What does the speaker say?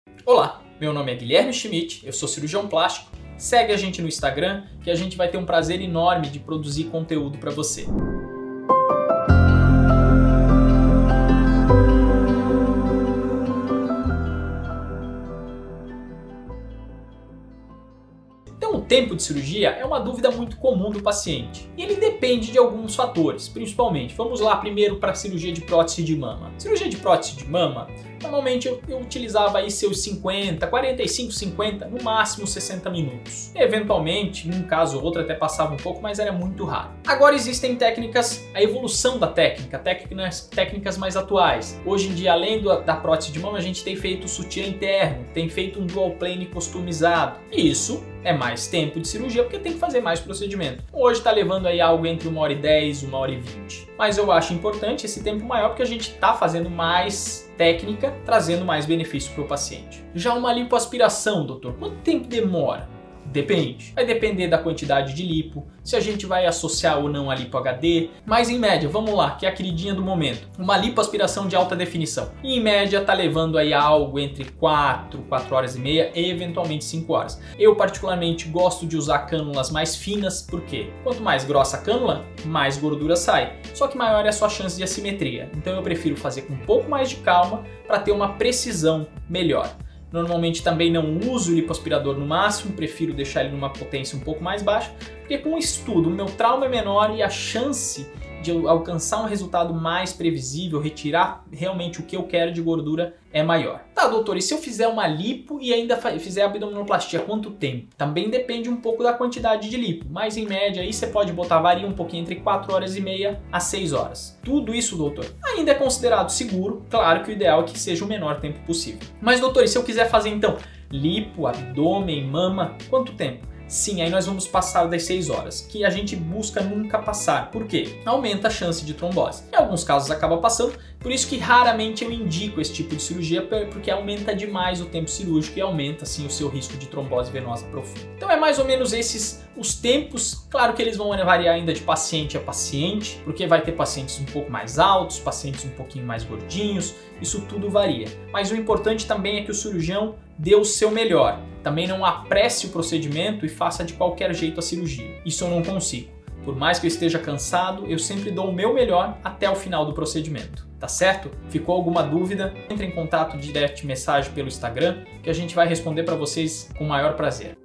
Olá, meu nome é Guilherme Schmidt, eu sou cirurgião plástico. Segue a gente no Instagram que a gente vai ter um prazer enorme de produzir conteúdo para você. Então, o tempo de cirurgia é uma dúvida muito comum do paciente. E ele depende de alguns fatores, principalmente. Vamos lá primeiro para a cirurgia de prótese de mama. Cirurgia de prótese de mama, normalmente eu utilizava aí seus 50, 45, 50, no máximo 60 minutos. Eventualmente, num caso ou outro até passava um pouco, mas era muito raro. Agora existem técnicas, a evolução da técnica, técnicas mais atuais. Hoje em dia, além da prótese de mama, a gente tem feito sutiã interno, tem feito um dual plane customizado. E isso é mais tempo de cirurgia porque tem que fazer mais procedimento. Hoje está levando aí algo entre 1h10 e 1h20. Mas eu acho importante esse tempo maior porque a gente está fazendo mais técnica, trazendo mais benefício para o paciente. Já uma lipoaspiração, doutor, quanto tempo demora? Depende. Vai depender da quantidade de lipo, se a gente vai associar ou não a lipo HD, mas em média, vamos lá, que é a queridinha do momento, uma lipoaspiração de alta definição. E em média tá levando aí algo entre 4 horas e meia e eventualmente 5 horas. Eu particularmente gosto de usar cânulas mais finas, porque quanto mais grossa a cânula, mais gordura sai. Só que maior é a sua chance de assimetria. Então eu prefiro fazer com um pouco mais de calma para ter uma precisão melhor. Normalmente também não uso o lipoaspirador no máximo, prefiro deixar ele numa potência um pouco mais baixa, porque com o estudo o meu trauma é menor e a chance de eu alcançar um resultado mais previsível, retirar realmente o que eu quero de gordura é maior. Tá, doutor, e se eu fizer uma lipo e ainda fizer abdominoplastia, quanto tempo? Também depende um pouco da quantidade de lipo, mas em média aí você pode botar, varia um pouquinho entre 4 horas e meia a 6 horas. Tudo isso, doutor, ainda é considerado seguro, claro que o ideal é que seja o menor tempo possível. Mas doutor, e se eu quiser fazer então lipo, abdômen, mama, quanto tempo? Sim, aí nós vamos passar das 6 horas, que a gente busca nunca passar. Por quê? Aumenta a chance de trombose. Em alguns casos acaba passando, por isso que raramente eu indico esse tipo de cirurgia, porque aumenta demais o tempo cirúrgico e aumenta assim o seu risco de trombose venosa profunda. Então é mais ou menos esses os tempos. Claro que eles vão variar ainda de paciente a paciente, porque vai ter pacientes um pouco mais altos, pacientes um pouquinho mais gordinhos, isso tudo varia. Mas o importante também é que o cirurgião dê o seu melhor. Também não apresse o procedimento e faça de qualquer jeito a cirurgia. Isso eu não consigo. Por mais que eu esteja cansado, eu sempre dou o meu melhor até o final do procedimento. Tá certo? Ficou alguma dúvida? Entre em contato direct messagem pelo Instagram que a gente vai responder para vocês com o maior prazer.